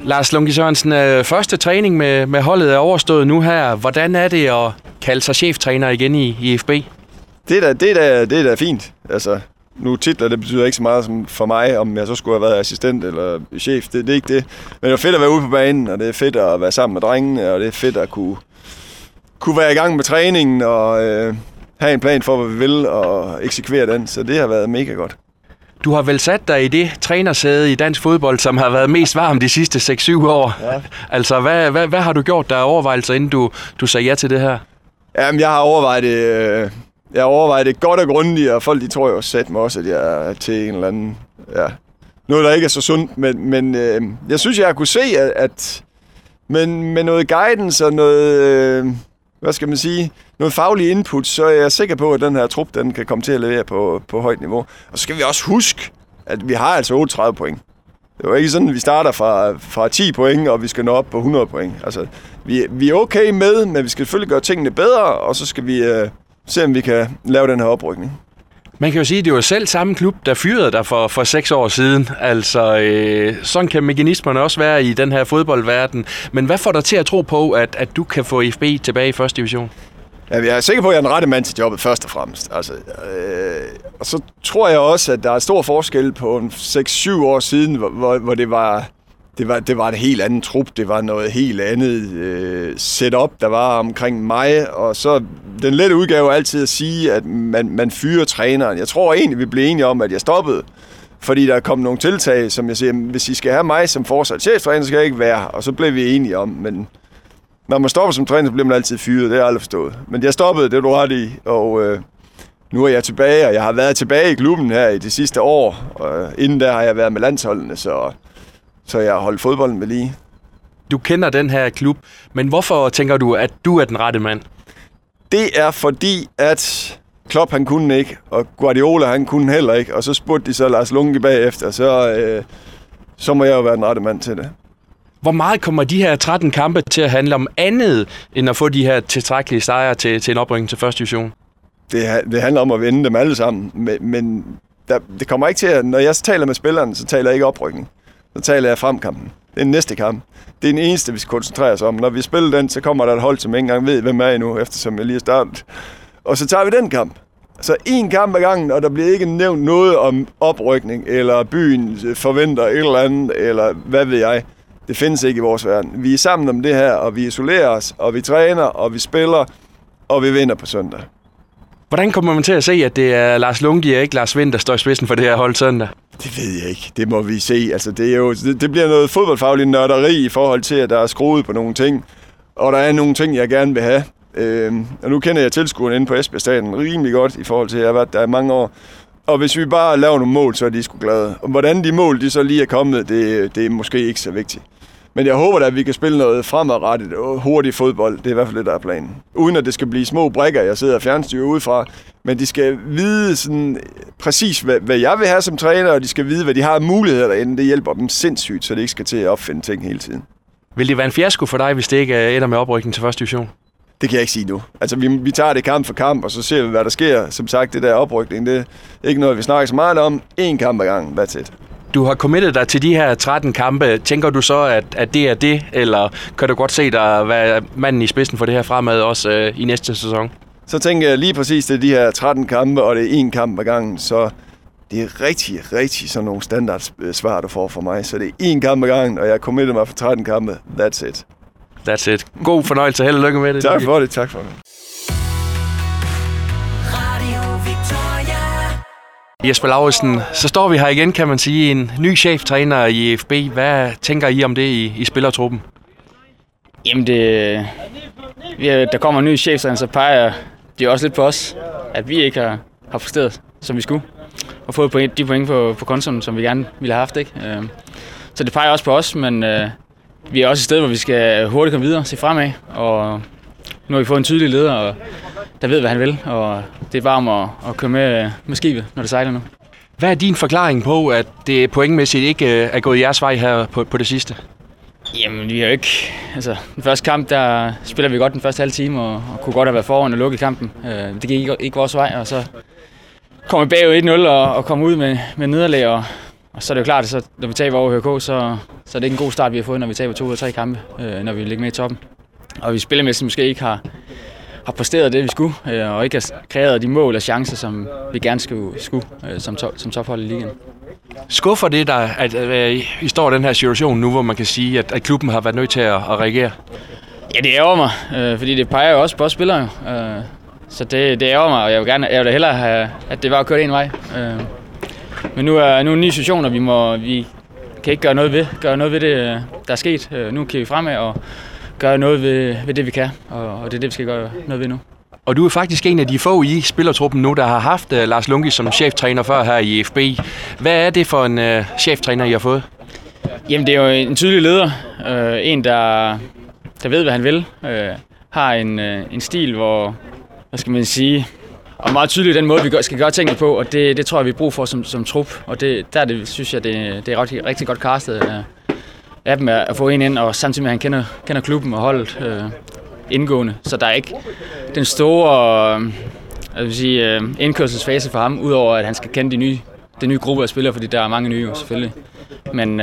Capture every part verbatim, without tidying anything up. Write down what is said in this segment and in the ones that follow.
Lars Lunke Sørensen, første træning med, med holdet er overstået nu her. Hvordan er det at kalde sig cheftræner igen i, i F B? Det er da, det er da, det er da fint. Altså, nu titler, det betyder ikke så meget som for mig, om jeg så skulle have været assistent eller chef. Det, det er ikke det. Men det er fedt at være ude på banen, og det er fedt at være sammen med drengene, og det er fedt at kunne, kunne være i gang med træningen og øh, have en plan for, hvad vi vil, og eksekvere den. Så det har været mega godt. Du har vel sat dig i det trænersæde i dansk fodbold, som har været mest varm de sidste seks syv år. Ja. Altså, hvad, hvad, hvad har du gjort der overvejelser, inden du, du sagde ja til det her? Jamen, jeg har overvejet det, øh, jeg har overvejet det godt og grundigt, og folk de tror jo sat mig også, at jeg er til en eller anden... Ja, noget, der ikke er så sundt, men, men øh, jeg synes, jeg har kunne se, at, at men, med noget guidance og noget... Øh, hvad skal man sige, noget faglig input, så er jeg sikker på, at den her trup, den kan komme til at levere på, på højt niveau. Og så skal vi også huske, at vi har altså otteogtredive point. Det er jo ikke sådan, at vi starter fra, fra ti point, og vi skal nå op på hundrede point. Altså, vi, vi er okay med, men vi skal selvfølgelig gøre tingene bedre, og så skal vi øh, se, om vi kan lave den her oprykning. Man kan jo sige, at det var selv samme klub, der fyrede dig for, for seks år siden. Altså, øh, sådan kan mekanismerne også være i den her fodboldverden. Men hvad får dig til at tro på, at, at du kan få F B tilbage i første division? Ja, jeg er sikker på, at jeg er den rette mand til jobbet først og fremmest. Altså, øh, og så tror jeg også, at der er stor forskel på seks syv år siden, hvor, hvor det var... Det var, det var en helt anden trup, det var noget helt andet øh, setup, der var omkring mig, og så den lette udgave er altid at sige, at man, man fyrer træneren. Jeg tror egentlig, vi blev enige om, at jeg stoppede, fordi der kom nogle tiltag, som jeg siger, hvis I skal have mig som fortsat cheftræner, så skal jeg ikke være, og så blev vi enige om, men når man stopper som træner, så bliver man altid fyret, det har jeg aldrig forstået. Men jeg stoppede, det er du ret i, og øh, nu er jeg tilbage, og jeg har været tilbage i klubben her i de sidste år, og inden der har jeg været med landsholdene, så... Så jeg har holdt fodbolden med lige. Du kender den her klub, men hvorfor tænker du, at du er den rette mand? Det er fordi, at Klopp han kunne ikke, og Guardiola han kunne heller ikke, og så spurgte de så Lars Lunke bagefter, så, øh, så må jeg jo være den rette mand til det. Hvor meget kommer de her tretten kampe til at handle om andet, end at få de her tilstrækkelige sejre til, til en oprykning til første division? Det, det handler om at vinde dem alle sammen, men, men der, det kommer ikke til at, når jeg taler med spillerne, så taler jeg ikke oprykning. Så taler jeg frem kampen. Det er den næste kamp. Det er den eneste, vi skal koncentrere os om. Når vi spiller den, så kommer der et hold, som ikke engang ved, hvem er endnu, eftersom jeg lige har startet. Og så tager vi den kamp. Så en kamp ad gangen, og der bliver ikke nævnt noget om oprykning, eller byen forventer et eller andet, eller hvad ved jeg. Det findes ikke i vores verden. Vi er sammen om det her, og vi isolerer os, og vi træner, og vi spiller, og vi vinder på søndag. Hvordan kommer man til at se, at det er Lars Lunke og ikke Lars Vind, der står i spidsen for det her hold søndag? Det ved jeg ikke. Det må vi se. Altså, det, er jo, det, det bliver noget fodboldfagligt nørderi i forhold til, at der er skruet på nogle ting. Og der er nogle ting, jeg gerne vil have. Øh, og nu kender jeg tilskuerne inde på Esbjerg Stadion rimelig godt i forhold til, at jeg har været der i mange år. Og hvis vi bare laver nogle mål, så er de sgu glade. Og hvordan de mål de så lige er kommet, det, det er måske ikke så vigtigt. Men jeg håber da, at vi kan spille noget fremadrettet og hurtigt fodbold. Det er i hvert fald det, der er planen. Uden at det skal blive små brikker, jeg sidder og fjernstyrer udefra. Men de skal vide sådan præcis, hvad, hvad jeg vil have som træner, og de skal vide, hvad de har af muligheder derinde. Det hjælper dem sindssygt, så det ikke skal til at opfinde ting hele tiden. Vil det være en fiasko for dig, hvis det ikke ender med oprykning til første division? Det kan jeg ikke sige nu. Altså, vi, vi tager det kamp for kamp, og så ser vi, hvad der sker. Som sagt, det der oprykning, det er ikke noget, vi snakker så meget om. En kamp ad gangen, that's it. Du har committet dig til de her tretten kampe. Tænker du så, at, at det er det, eller kan du godt se dig være manden i spidsen for det her fremad også øh, i næste sæson? Så tænker jeg lige præcis, det er de her tretten kampe, og det er en kamp ad gangen, så det er rigtig, rigtig sådan nogle standardsvar, du får fra mig. Så det er en kamp ad gangen, og jeg har committet mig for tretten kampe. That's it. That's it. God fornøjelse. Held og lykke med det. Tak for det, tak for det. Jesper Lauritsen, så står vi her igen, kan man sige, en ny cheftræner i F B. Hvad tænker I om det i, i spillertruppen? Jamen, det, der kommer en ny cheftræner, så peger det også lidt på os, at vi ikke har, har præsteret, som vi skulle. Og fået point, de point på, på kontoen, som vi gerne ville have haft. Ikke? Så det peger også på os, men vi er også et sted, hvor vi skal hurtigt komme videre, se fremad. Og nu har vi fået en tydelig leder, og der ved, hvad han vil, og det er bare om at, at køre med, med skibet, når det sejler nu. Hvad er din forklaring på, at det pointmæssigt ikke er gået jeres vej her på, på det sidste? Jamen, vi har jo ikke... Altså, den første kamp, der spiller vi godt den første halve time, og, og kunne godt have været foran og lukke kampen. Det gik ikke, ikke vores vej, og så kom vi bagud et nul og, og kom ud med, med nederlag, og, Og så er det jo klart, at så, når vi taber over H K, så, så er det ikke en god start, vi har fået, når vi taber to ud af tre kampe, øh, når vi ligger med i toppen. Og vi spillemæssigt måske ikke har, har præsteret det, vi skulle, øh, og ikke har kreeret de mål og chancer, som vi gerne skulle, skulle øh, som, to, som tophold i ligaen. Skuffer det dig, at, at I står i den her situation nu, hvor man kan sige, at, at klubben har været nødt til at, at reagere? Ja, det ærger mig, øh, fordi det peger jo også på os spillere. Øh, så det, det ærger mig, og jeg vil gerne, jeg vil da hellere have, at det var kørt en vej. Øh, men nu er nu er en ny situation, og vi, må, vi kan ikke gøre noget ved, gøre noget ved det, der er sket. Øh, nu kigger vi fremad og gøre noget ved, ved det, vi kan, og, og det er det, vi skal gøre noget ved nu. Og du er faktisk en af de få i spillertruppen nu, der har haft uh, Lars Lunke som cheftræner før her i F B. Hvad er det for en uh, cheftræner, I har fået? Jamen, det er jo en tydelig leder. Uh, en, der, der ved, hvad han vil. Uh, har en, uh, en stil, hvor, hvad skal man sige, og meget tydeligt den måde, vi gør, skal gøre tingene på, og det, det tror jeg, vi har brug for som, som trup. Og det, der det, synes jeg, det, det er rigtig, rigtig godt castet uh, af dem at få en ind, og samtidig med, at han kender, kender klubben og holdet uh, indgående. Så der er ikke den store uh, jeg vil sige, uh, indkørselsfase for ham, udover at han skal kende de nye, de nye grupper af spillere, fordi der er mange nye jo, selvfølgelig. Men uh,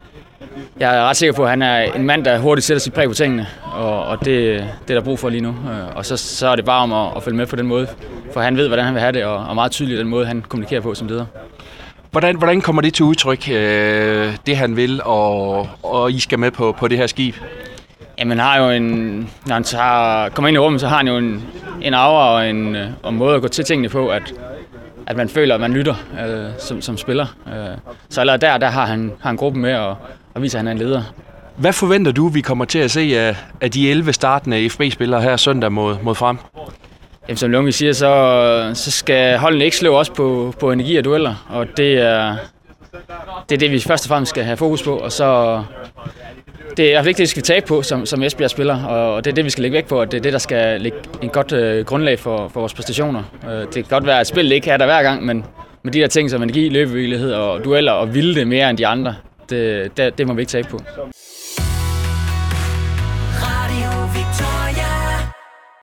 jeg er ret sikker på, at han er en mand, der hurtigt sætter sit præg på tingene, og, og det, det er der brug for lige nu. Uh, og så, så er det bare om at, at følge med på den måde, for han ved, hvordan han vil have det, og, og meget tydeligt den måde, han kommunikerer på som leder. Hvordan, hvordan kommer det til udtryk, øh, det han vil, og, og I skal med på, på det her skib? Jamen, han har jo en, når han tager, kommer ind i rummet, så har han jo en, en aura og en, og en måde at gå til tingene på, at, at man føler, at man lytter øh, som, som spiller. Øh, så allerede der, der har han, har han gruppen med og, og viser, at han er en leder. Hvad forventer du, vi kommer til at se af, af de elleve startende F B-spillere her søndag mod, mod frem? Jamen, som Lunke siger, så, så skal holdene ikke slå os på, på energi og dueller, og det er, det er det, vi først og fremmest skal have fokus på, og så det er i hvert fald ikke det, vi skal tabe på som, som Esbjerg-spiller, og det er det, vi skal lægge væk på, og det er det, der skal lægge en godt øh, grundlag for, for vores præstationer. Øh, det kan godt være, at spillet ikke er der hver gang, men med de der ting som energi, løbevillighed og dueller og vilde mere end de andre, det, det, det må vi ikke tabe på.